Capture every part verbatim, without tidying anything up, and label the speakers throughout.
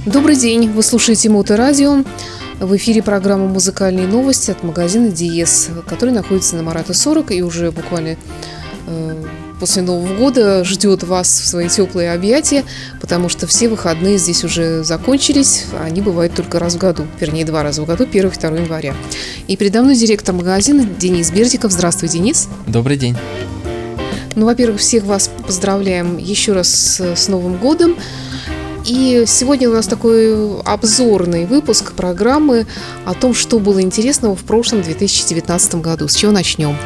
Speaker 1: Добрый день, вы слушаете Моторадио. В эфире программа «Музыкальные новости» от магазина Диез, который находится на Марата сорок и уже буквально э, после Нового года ждет вас в свои теплые объятия, потому что все выходные здесь уже закончились, они бывают только раз в году, вернее два раза в году, первого и второго января. И передо мной директор магазина Денис Бердиков. Здравствуй, Денис.
Speaker 2: Добрый день.
Speaker 1: Ну, во-первых, всех вас поздравляем еще раз с, с Новым годом. И сегодня у нас такой обзорный выпуск программы о том, что было интересного в прошлом две тысячи девятнадцатом году. С чего начнем?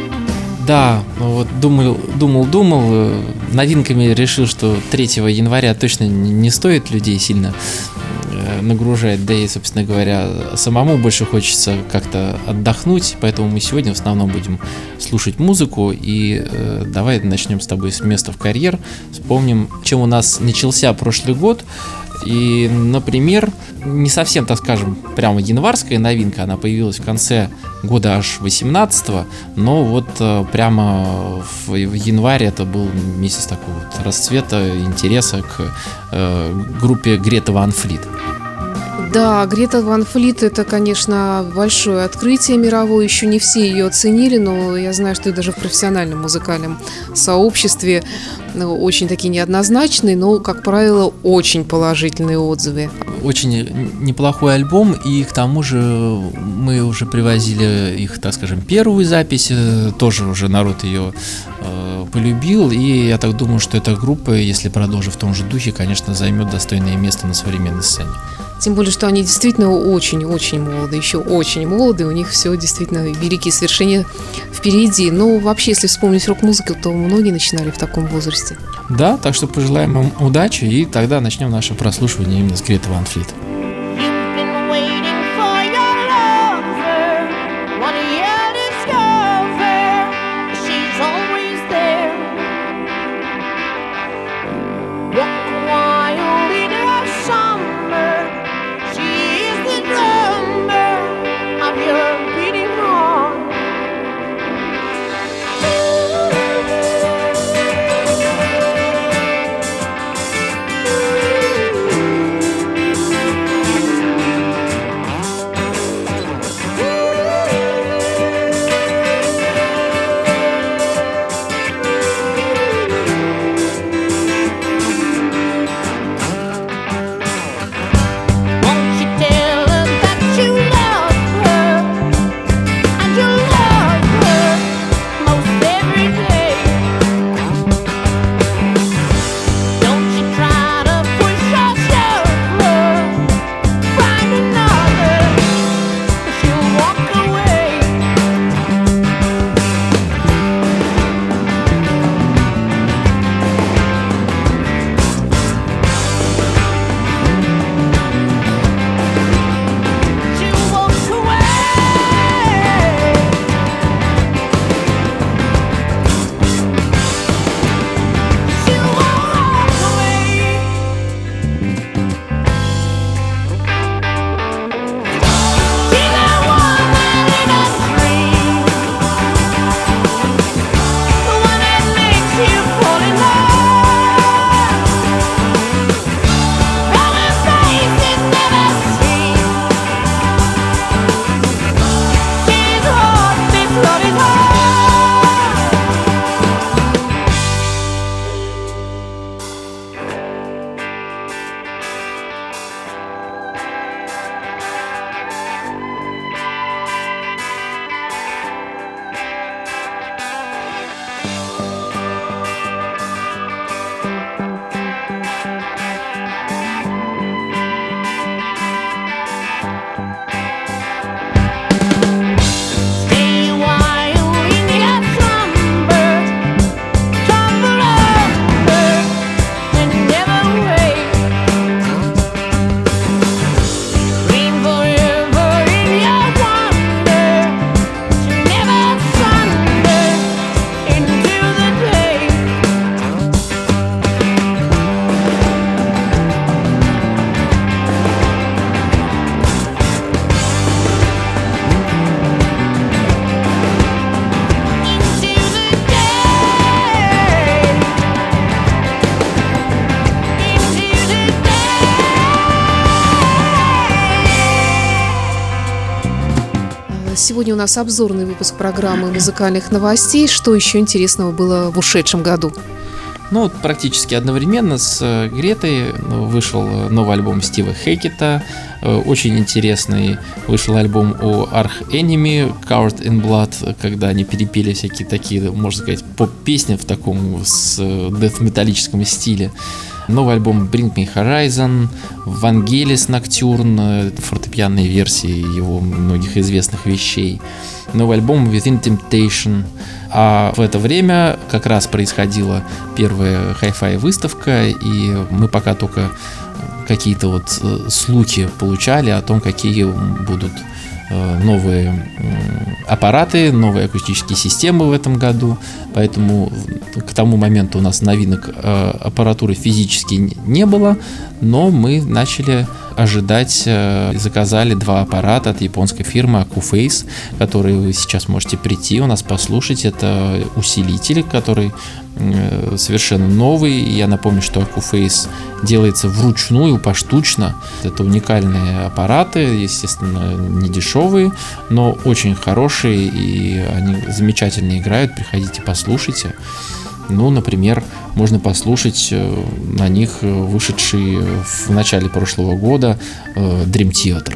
Speaker 2: Да, вот думал, думал, думал, новинками решил, что третьего января точно не стоит людей сильно нагружать, да и, собственно говоря, самому больше хочется как-то отдохнуть, поэтому мы сегодня в основном будем слушать музыку, и э, давай начнем с тобой с места в карьер, вспомним, чем у нас начался прошлый год. И, например, не совсем, так скажем, прямо январская новинка, она появилась в конце года аж восемнадцатого, но вот э, прямо в, в январе это был месяц такого вот расцвета, интереса к э, группе Грета Ван Флит.
Speaker 1: Да, Грета Ван Флит — это, конечно, большое открытие мировое, еще не все ее оценили, но я знаю, что и даже в профессиональном музыкальном сообществе очень такие неоднозначные, но, как правило, очень положительные отзывы.
Speaker 2: Очень неплохой альбом, и к тому же мы уже привозили их, так скажем, первую запись, тоже уже народ ее э, полюбил, и я так думаю, что эта группа, если продолжит в том же духе, конечно, займет достойное место на современной сцене.
Speaker 1: Тем более, что они действительно очень-очень молоды, еще очень молоды, у них все действительно великие свершения впереди. Но вообще, если вспомнить рок-музыку, то многие начинали в таком возрасте.
Speaker 2: Да, так что пожелаем им удачи, и тогда начнем наше прослушивание именно с Греты Ван Флит.
Speaker 1: Сегодня у нас обзорный выпуск программы музыкальных новостей. Что еще интересного было в ушедшем году?
Speaker 2: Ну, вот практически одновременно с Гретой вышел новый альбом Стива Хекета. Очень интересный вышел альбом у Arch Enemy, Covered in Blood, когда они перепели всякие такие, можно сказать, поп-песни в таком с дэт-металлическом стиле. Новый альбом Bring Me Horizon, Vangelis Nocturne, фортепианные версии его многих известных вещей. Новый альбом Within Temptation. А в это время как раз происходила первая хай-фай выставка, и мы пока только какие-то вот слухи получали о том, какие будут новые аппараты, новые акустические системы в этом году. Поэтому к тому моменту у нас новинок аппаратуры физически не было, но мы начали ожидать, заказали два аппарата от японской фирмы Acouphase, которые вы сейчас можете прийти у нас послушать. Это усилитель, который совершенно новый. Я напомню, что Acouphase делается вручную, поштучно. Это уникальные аппараты, естественно, не дешевые, но очень хорошие, и они замечательно играют. Приходите, послушайте. Ну, например, можно послушать на них вышедший в начале прошлого года Dream Theater.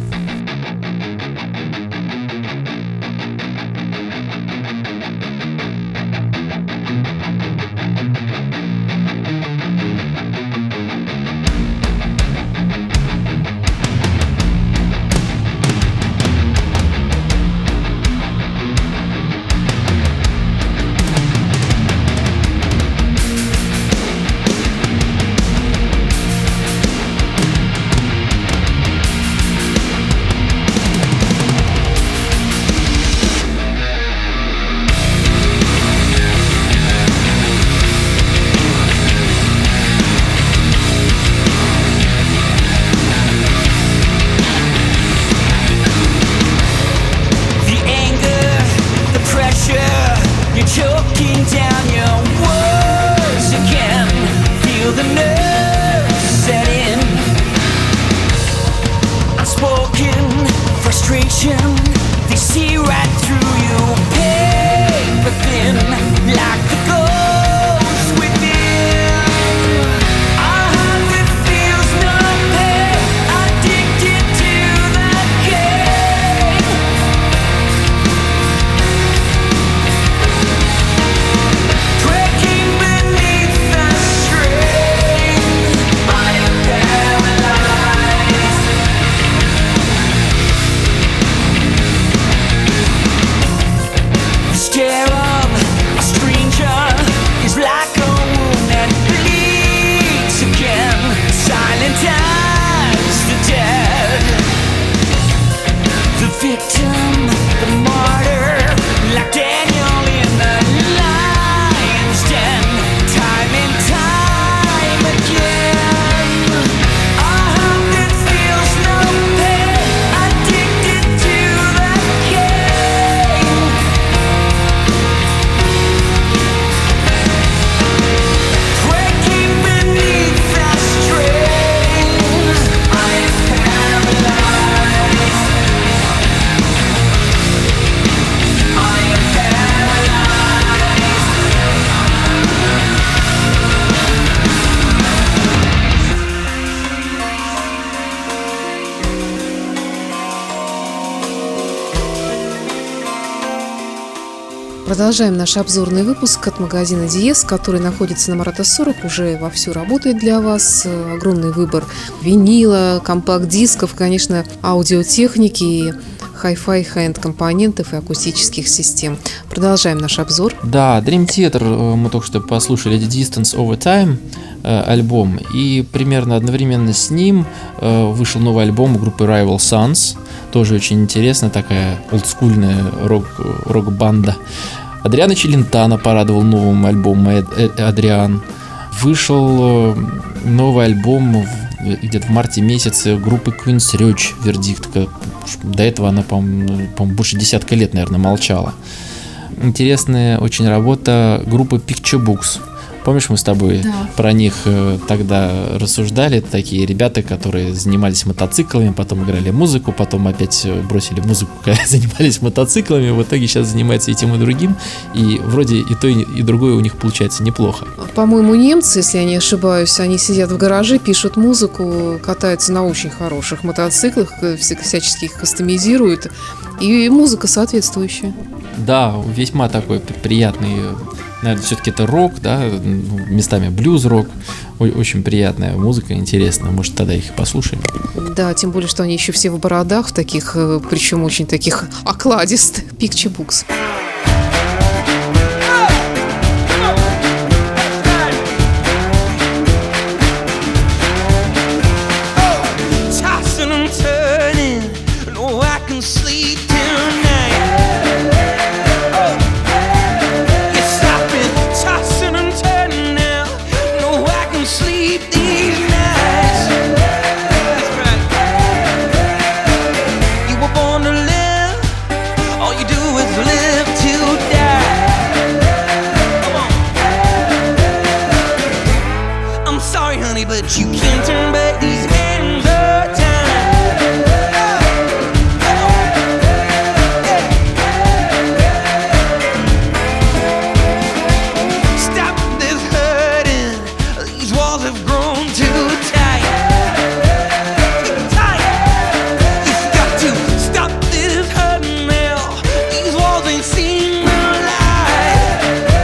Speaker 1: Продолжаем наш обзорный выпуск от магазина Диез, который находится на Марата сорок, уже вовсю работает для вас. Огромный выбор винила, компакт-дисков, конечно, аудиотехники и хай-фай, хай-энд компонентов и акустических систем. Продолжаем наш обзор.
Speaker 2: Да, Dream Theater мы только что послушали Distance Over Time альбом, и примерно одновременно с ним вышел новый альбом группы Rival Sons. Тоже очень интересно, такая олдскульная рок, рок-банда. Адриано Челентано порадовал новым альбомом «Адриан». Вышел новый альбом где-то в марте месяце группы Queen's Roach «Вердикт». До этого она, по-моему, больше десятка лет, наверное, молчала. Интересная очень работа группы Picture Books. Помнишь, мы с тобой
Speaker 1: Да.
Speaker 2: про них э, тогда рассуждали? Это такие ребята, которые занимались мотоциклами, потом играли музыку, потом опять э, бросили музыку, когда занимались мотоциклами, в итоге сейчас занимаются и тем, и другим, и вроде и то, и другое у них получается неплохо.
Speaker 1: По-моему, немцы, если я не ошибаюсь, они сидят в гараже, пишут музыку, катаются на очень хороших мотоциклах, э, вся- всячески их кастомизируют, и музыка соответствующая.
Speaker 2: Да, весьма такой п- приятный, э, наверное, все-таки это рок, да, ну, местами блюз-рок, О- очень приятная музыка, интересная, может, тогда их и послушаем.
Speaker 1: Да, тем более, что они еще все в бородах, в таких, э, причем очень таких окладистых. Picture Books.
Speaker 3: Tossing and turning, no, I can sleep tonight. Oh, you stop it, tossing and turning now, no, I can sleep these nights. That's right. You were born to live, all you do is live to die. Come on. I'm sorry, honey, but you can't turn back these hands of time. Stop this hurting. These walls have grown too tight. Too tight. You've got to stop this hurting now. These walls ain't seen the light.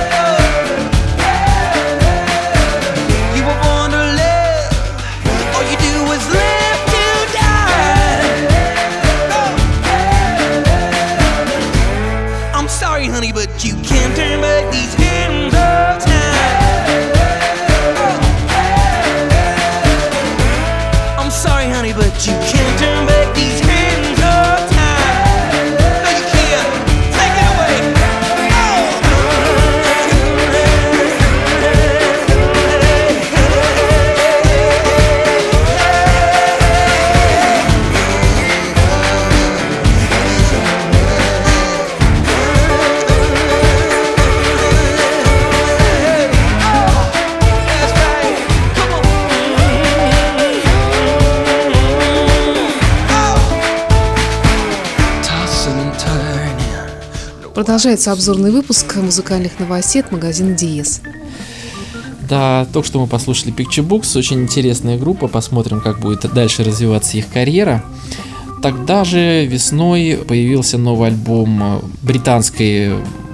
Speaker 3: You were born to live. All you do is live to die. I'm sorry, honey, but you can't turn back these hands of time. I'm sorry, honey, but you can't turn back these hands of time. No, you can't. Take it away. That's right. Come on. Tossing and turning.
Speaker 1: Продолжается обзорный выпуск музыкальных новостей от магазина Диез.
Speaker 2: Да, только что мы послушали Picture Books, очень интересная группа, посмотрим, как будет дальше развиваться их карьера. Тогда же весной появился новый альбом британской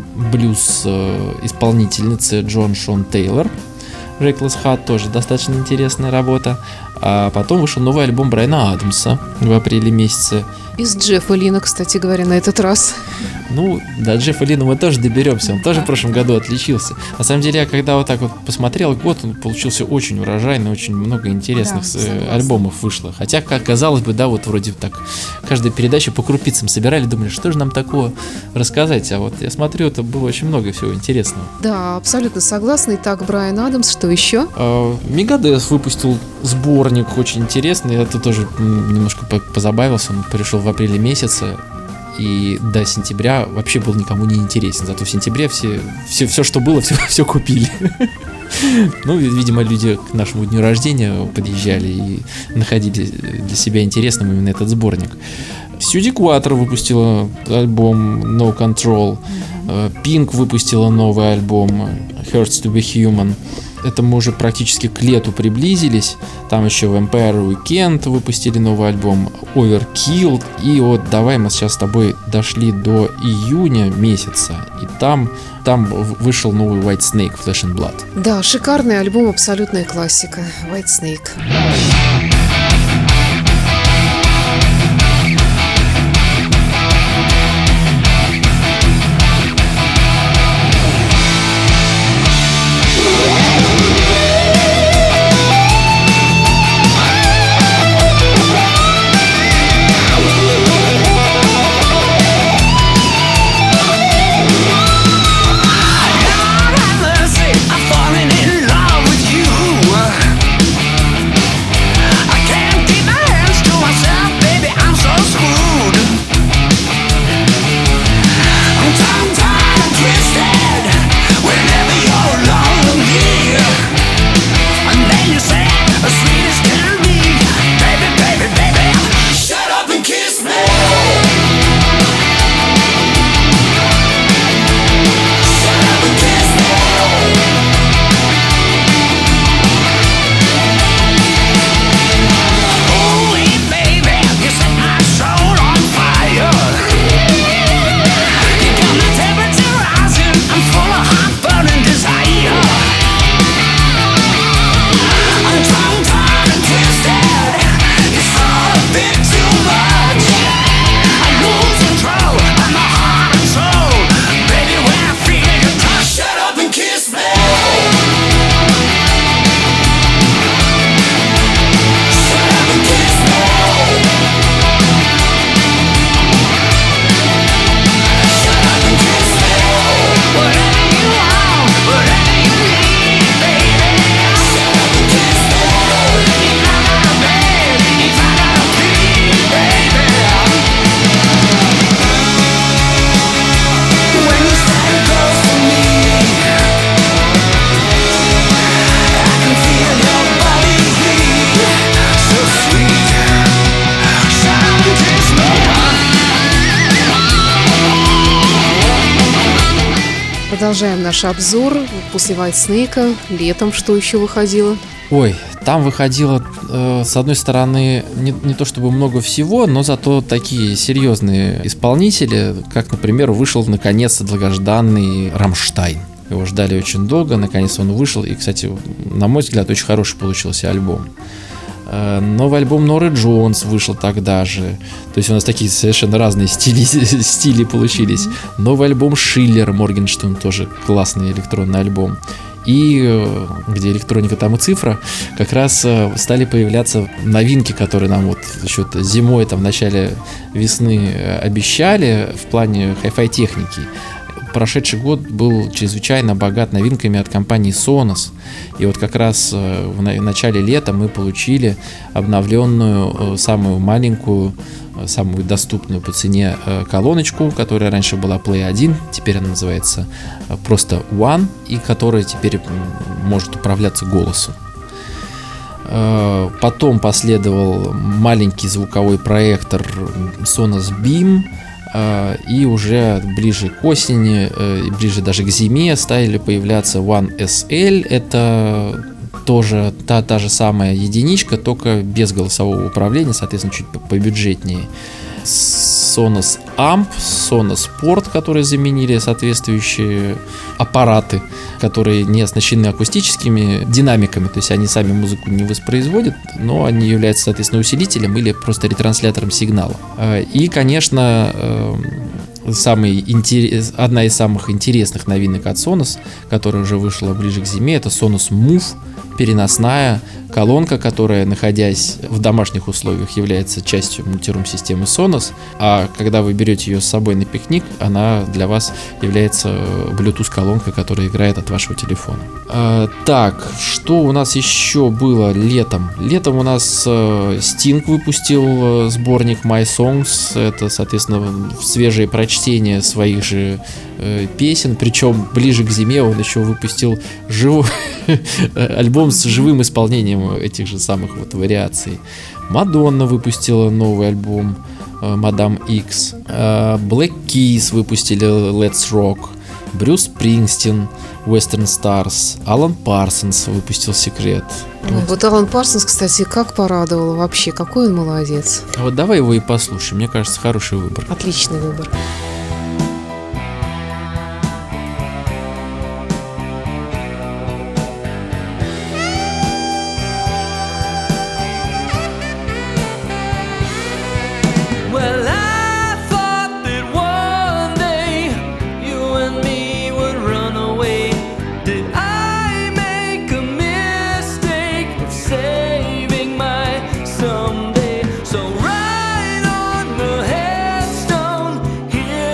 Speaker 2: блюз-исполнительницы Джон Шон Тейлор. Reckless Heart, тоже достаточно интересная работа. А потом вышел новый альбом Брайана Адамса в апреле месяце.
Speaker 1: Из Джеффа Лина, кстати говоря, на этот раз.
Speaker 2: Ну, до Джеффа Лина мы тоже доберемся, он тоже в прошлом году отличился. На самом деле, я когда вот так вот посмотрел год, он получился очень урожайный, очень много интересных
Speaker 1: Да,
Speaker 2: э,
Speaker 1: согласна.
Speaker 2: альбомов вышло. Хотя, как казалось бы, да, вот вроде так, каждая передача по крупицам собирали, думали, что же нам такого рассказать, а вот я смотрю, это было очень много всего интересного.
Speaker 1: Да, абсолютно согласна. Итак, Брайан Адамс, что еще?
Speaker 2: А, Мегадес выпустил сборник очень интересный, я тут тоже м, немножко по- позабавился, он пришел в апреле месяце. И до сентября вообще был никому не интересен. Зато в сентябре все, все, все что было, все, все купили. Ну, видимо, люди к нашему дню рождения подъезжали и находили для себя интересным именно этот сборник. Сьюди Кватро выпустила альбом No Control. Pink выпустила новый альбом Hurts to be Human. Это мы уже практически к лету приблизились. Там еще Vampire Weekend выпустили новый альбом, Overkill. И вот давай мы сейчас с тобой дошли до июня месяца. И там, там вышел новый White Snake, Flesh and Blood.
Speaker 1: Да, шикарный альбом, абсолютная классика. White Snake.
Speaker 3: I'm falling in love with you.
Speaker 1: продолжаем наш обзор. После White Snake летом что еще выходило?
Speaker 2: Ой, там выходило, э, с одной стороны, не, не то чтобы много всего, но зато такие серьезные исполнители, как, например, вышел наконец-то долгожданный «Рамштайн». Его ждали очень долго, наконец он вышел, и, кстати, на мой взгляд, очень хороший получился альбом. Э, новый альбом Норы Джонс вышел тогда же, то есть у нас такие совершенно разные стили, стили получились. Новый альбом Шиллер, Моргенштерн, тоже классный электронный альбом. И где электроника, там и цифра, как раз стали появляться новинки, которые нам вот еще зимой, там, в начале весны обещали в плане хай-фай техники. Прошедший год был чрезвычайно богат новинками от компании Sonos. И вот как раз в начале лета мы получили обновленную, самую маленькую, самую доступную по цене колоночку, которая раньше была Play один, теперь она называется просто One, и которая теперь может управляться голосом. Потом последовал маленький звуковой проектор Sonos Beam, и уже ближе к осени, ближе даже к зиме стали появляться One эс эл. Это тоже та, та же самая единичка, только без голосового управления, соответственно, чуть побюджетнее. Sonos Amp, Sonos Port, которые заменили соответствующие аппараты, которые не оснащены акустическими динамиками, то есть они сами музыку не воспроизводят, но они являются, соответственно, усилителем или просто ретранслятором сигнала. И, конечно, самый интерес, одна из самых интересных новинок от Sonos, которая уже вышла ближе к зиме, это Sonos Move, переносная колонка, которая, находясь в домашних условиях, является частью мультирум-системы Sonos, а когда вы берете ее с собой на пикник, она для вас является Bluetooth-колонкой, которая играет от вашего телефона. А, так, что у нас еще было летом? Летом у нас э, Sting выпустил сборник My Songs, это, соответственно, свежее прочтение своих же э, песен, причем ближе к зиме он еще выпустил живой альбом с живым исполнением этих же самых вот вариаций. Мадонна выпустила новый альбом Мадам Икс. Black Keys выпустили Let's Rock. Брюс Спрингстин Western Stars. Алан Парсонс выпустил Секрет.
Speaker 1: Вот, вот Алан Парсонс, кстати, как порадовал вообще, какой он молодец.
Speaker 2: А вот давай его и послушаем. Мне кажется, хороший выбор.
Speaker 1: Отличный выбор.
Speaker 3: Someday, so right on the headstone, here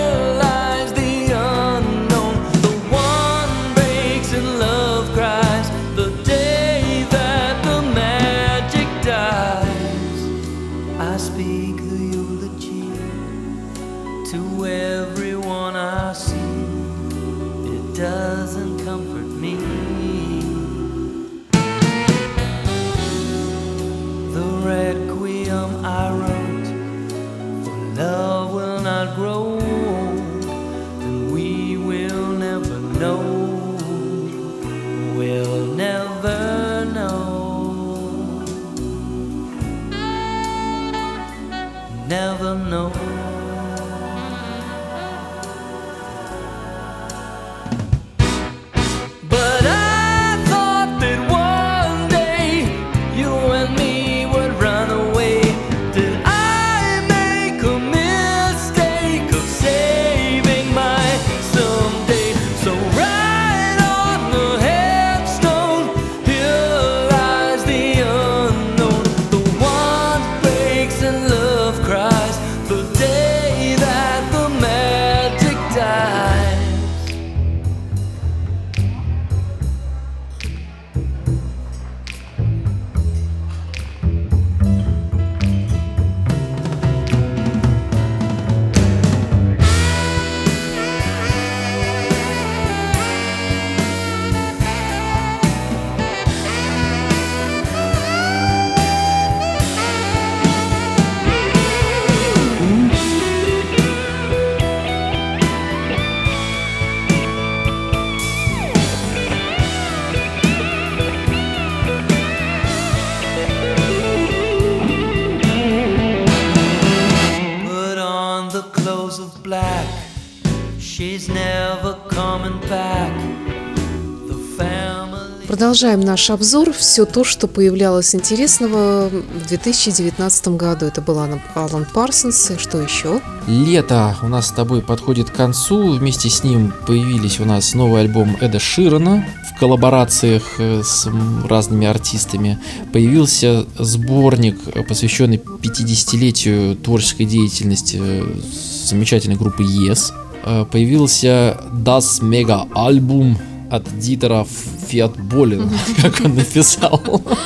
Speaker 1: Продолжаем наш обзор. Все то, что появлялось интересного в две тысячи девятнадцатом году. Это был Алан Парсонс. И что еще?
Speaker 2: Лето у нас с тобой подходит к концу. Вместе с ним появились у нас новый альбом Эда Ширана в коллаборациях с разными артистами. Появился сборник, посвященный пятидесятилетию творческой деятельности замечательной группы Yes. Появился Das Mega Album от Дитера Фиатболина, как он написал.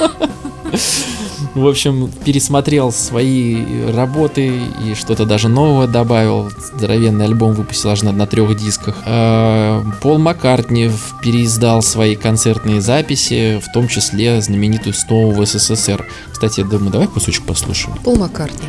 Speaker 2: В общем, пересмотрел свои работы и что-то даже нового добавил. Здоровенный альбом выпустил аж на, на трех дисках. Пол Маккартни переиздал свои концертные записи, в том числе знаменитую «Снова в СССР». Кстати, я думаю, давай кусочек послушаем.
Speaker 1: Пол Маккартни.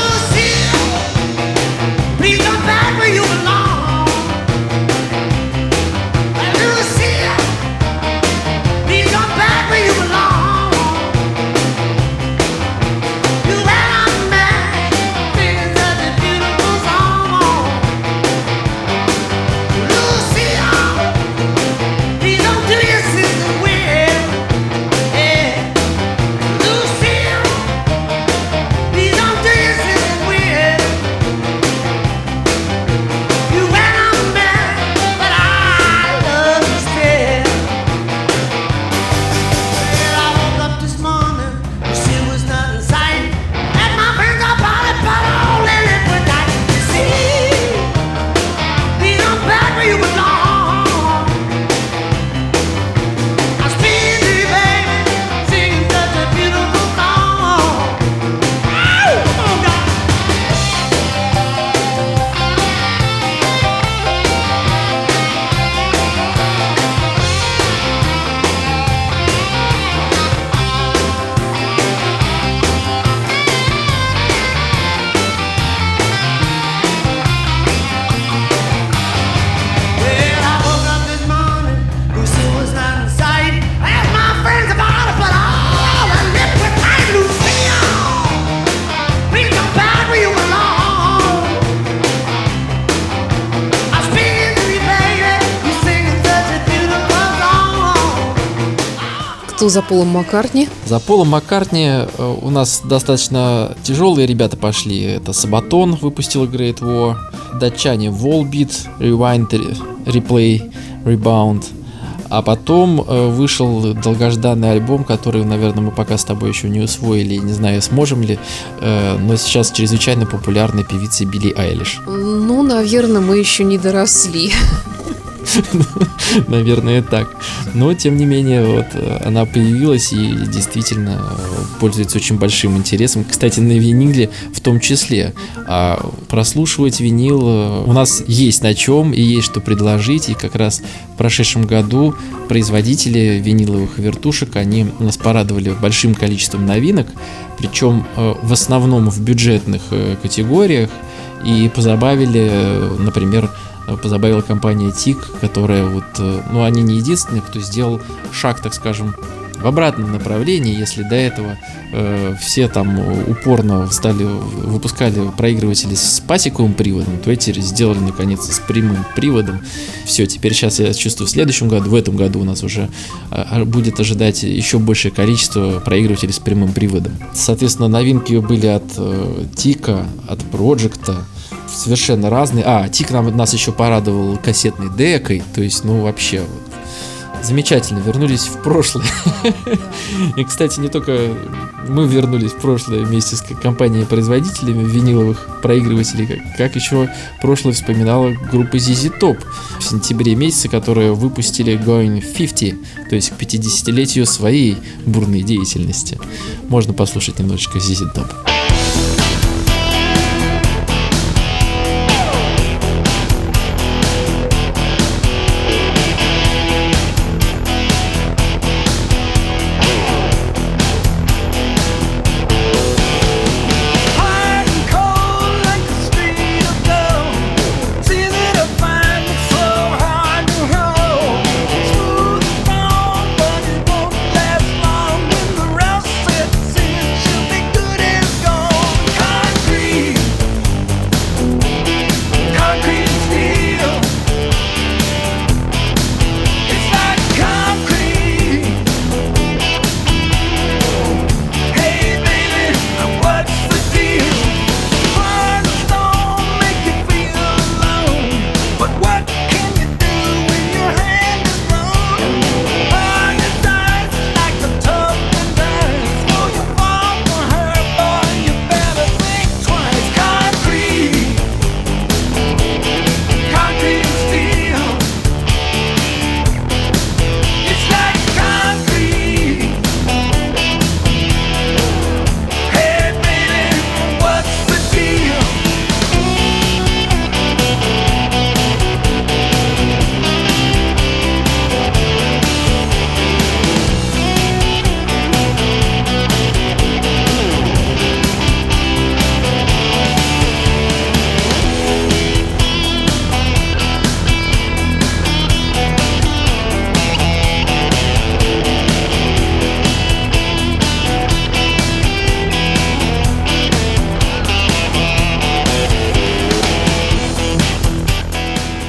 Speaker 1: Кто за Полом Маккартни?
Speaker 2: За Полом Маккартни у нас достаточно тяжелые ребята пошли. Это Sabaton выпустил Great War, датчане Volbeat, Rewind, Replay, Rebound. А потом вышел долгожданный альбом, который, наверное, мы пока с тобой еще не усвоили, не знаю, сможем ли, но сейчас чрезвычайно популярной певицы Билли Айлиш.
Speaker 1: Ну, наверное, мы еще не доросли.
Speaker 2: Наверное, так. Но, тем не менее, вот она появилась и действительно пользуется очень большим интересом. Кстати, на виниле в том числе. А прослушивать винил у нас есть на чем и есть что предложить. И как раз в прошедшем году производители виниловых вертушек, они нас порадовали большим количеством новинок. Причем в основном в бюджетных категориях. И позабавили, например, позабавила компания тик, которая вот, ну, они не единственные, кто сделал шаг, так скажем, в обратном направлении. Если до этого э, все там упорно стали, выпускали проигрыватели с пасековым приводом, то эти сделали наконец с прямым приводом. Все, теперь сейчас я чувствую в следующем году, в этом году у нас уже э, будет ожидать еще большее количество проигрывателей с прямым приводом. Соответственно, новинки были от э, тика, от Проджекта, совершенно разные. А, тик нам, нас еще порадовал кассетной декой. То есть, ну, вообще вот, замечательно, вернулись в прошлое. И, кстати, не только мы вернулись в прошлое вместе с компанией-производителями виниловых проигрывателей, как, как еще прошлое вспоминала группа зет зет Top в сентябре месяце, которые выпустили Going пятьдесят, то есть к пятидесятилетию своей бурной деятельности. Можно послушать немножечко зет зет Top.
Speaker 3: Good as gold.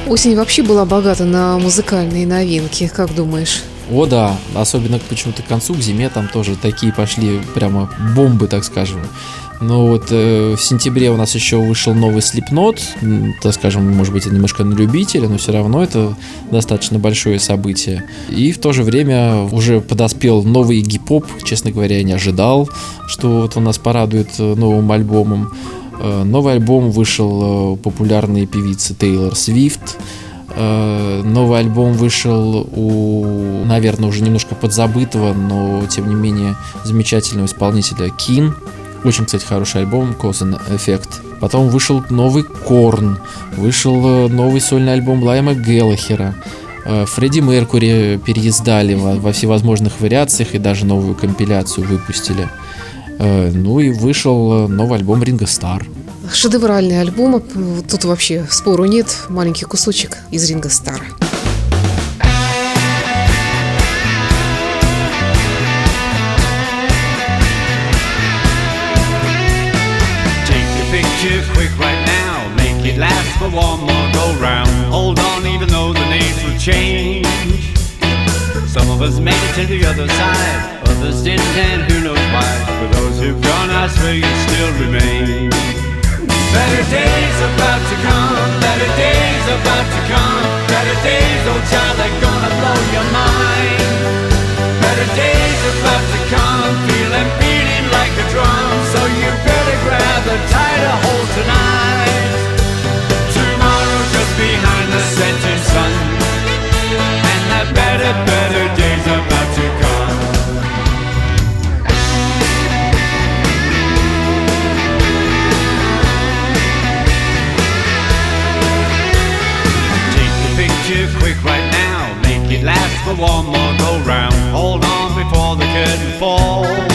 Speaker 1: Осень вообще была богата на музыкальные новинки, как думаешь?
Speaker 2: О да, особенно почему-то к концу, к зиме там тоже такие пошли прямо бомбы, так скажем. Но вот э, в сентябре у нас еще вышел новый Slipknot, м, так скажем, может быть, немножко на любителя, но все равно это достаточно большое событие. И в то же время уже подоспел новый Iggy Pop, честно говоря, я не ожидал, что вот он нас порадует новым альбомом. Э, новый альбом вышел э, популярной певицы Тейлор Свифт. Э, новый альбом вышел у, наверное, уже немножко подзабытого, но тем не менее замечательного исполнителя Кин. Очень, кстати, хороший альбом, Cause and Effect. Потом вышел новый Корн, вышел новый сольный альбом Лайма Гэллахера. Фредди Меркьюри переиздали во, во всевозможных вариациях и даже новую компиляцию выпустили. Ну и вышел новый альбом Ринго Стар.
Speaker 1: Шедевральный альбом, тут вообще спору нет, маленький кусочек из Ринго Стара.
Speaker 4: Quick right now, make it last for one more go round. Hold on, even though the names will change. Some of us made it to the other side, others didn't, and who knows why. For those who've gone, I swear you still remain. Better days about to come, better days about to come. Better days, oh child, they're gonna blow your mind. Better days about to come, feeling beating like a drum. So you better grab a tighter hold tonight. Tomorrow's just behind the setting sun, and the better, better days about to come. Take the picture quick right now, make it last for one more go round. Hold on before the curtain falls.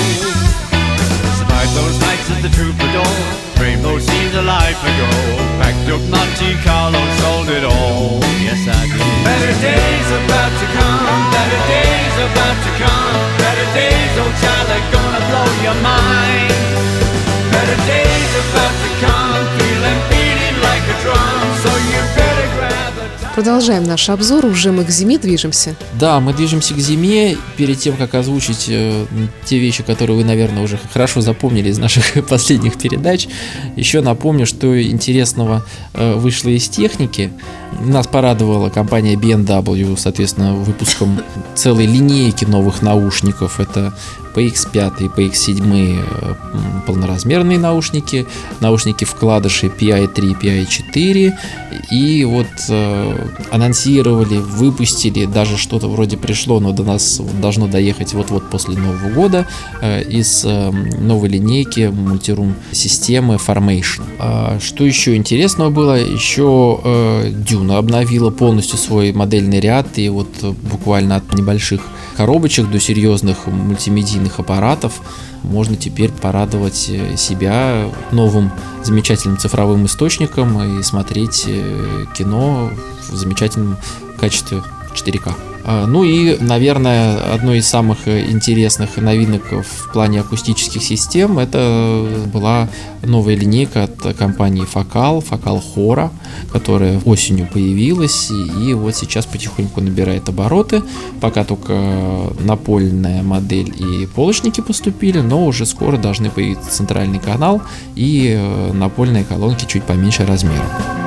Speaker 4: Survive those nights at the Troubadour, frame those scenes a life ago. Packed up Monte Carlo, sold it all. Yes, I did. Better days about to come, better days about to come. Better days, oh child, they're gonna blow your mind. Better days about to come, feeling beating like a drum. So you better grab a time.
Speaker 1: Продолжаем наш обзор, уже мы к зиме движемся.
Speaker 2: Да, мы движемся к зиме. Перед тем, как озвучить э, те вещи, которые вы, наверное, уже хорошо запомнили из наших последних передач, еще напомню, что интересного э, вышло из техники. Нас порадовала компания би эм дабл ю, соответственно, выпуском целой линейки новых наушников. Это пи икс пять, пи икс семь э, полноразмерные наушники, наушники-вкладыши пи ай три, пи ай четыре. И вот э, анонсировали, выпустили, даже что-то вроде пришло, но до нас должно доехать вот-вот после Нового года, э, из э, новой линейки мультирум системы Formation. А что еще интересного было? Еще э, Дюна обновила полностью свой модельный ряд, и вот буквально от небольших коробочек до серьезных мультимедийных аппаратов можно теперь порадовать себя новым замечательным цифровым источником и смотреть кино в замечательном качестве четыре ка. Ну и, наверное, одной из самых интересных новинок в плане акустических систем это была новая линейка от компании Focal, Focal Hora, которая осенью появилась и вот сейчас потихоньку набирает обороты. Пока только напольная модель и полочники поступили, но уже скоро должны появиться центральный канал и напольные колонки чуть поменьше размером.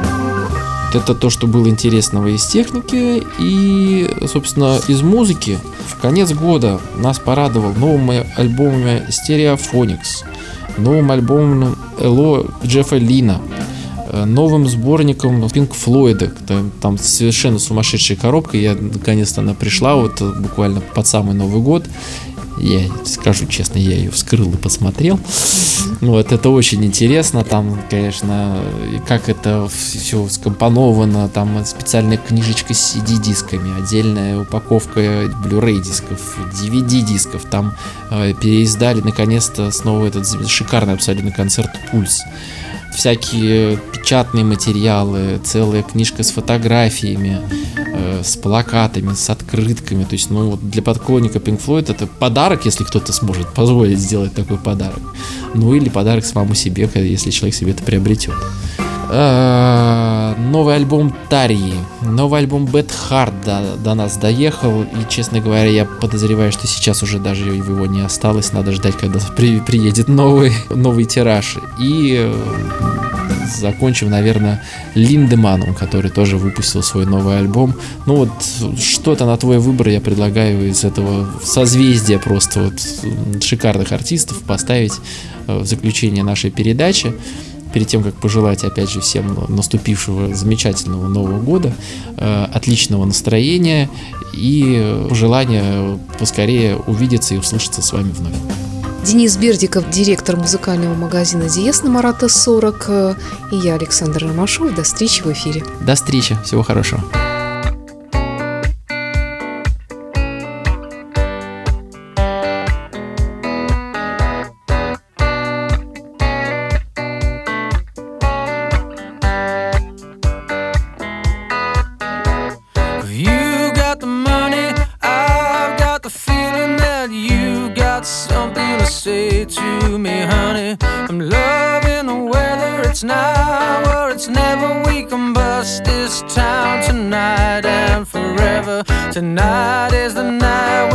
Speaker 2: Это то, что было интересного из техники. И, собственно, из музыки в конец года нас порадовал новыми альбомами Stereophonics, новым альбомом Эло Джеффа Лина, новым сборником Pink Floyd. Там, там совершенно сумасшедшая коробка. Я наконец-то она пришла вот буквально под самый Новый год. Я скажу честно, я ее вскрыл и посмотрел. Вот, это очень интересно. Там, конечно, как это все скомпоновано. Там специальная книжечка с си ди-дисками, отдельная упаковка Blu-ray дисков, ди ви ди-дисков. Там э, переиздали наконец-то снова этот шикарный абсолютно концерт «Пульс». Всякие печатные материалы, целая книжка с фотографиями, э, с плакатами, с открытками. То есть, ну, вот для поклонника Pink Floyd это подарок, если кто-то сможет позволить сделать такой подарок. Ну, или подарок самому себе, если человек себе это приобретет. Новый альбом Тарьи, новый альбом Bad Heart до, до нас доехал, и, честно говоря, я подозреваю, что сейчас уже даже его не осталось, надо ждать, когда при, приедет новый, новый тираж. И закончим, наверное, Линдеманом, который тоже выпустил свой новый альбом. Ну вот, что-то на твой выбор я предлагаю из этого созвездия просто вот шикарных артистов поставить в заключение нашей передачи. Перед тем, как пожелать, опять же, всем наступившего замечательного Нового года, э, отличного настроения и желания поскорее увидеться и услышаться с вами вновь.
Speaker 1: Денис Бердиков, директор музыкального магазина «Диез» на Марата сорок, и я, Александр Ромашов. До встречи в эфире.
Speaker 2: До встречи. Всего хорошего.
Speaker 3: Say to me, honey, I'm loving the weather. It's now or it's never. We can bust this town tonight and forever. Tonight is the night.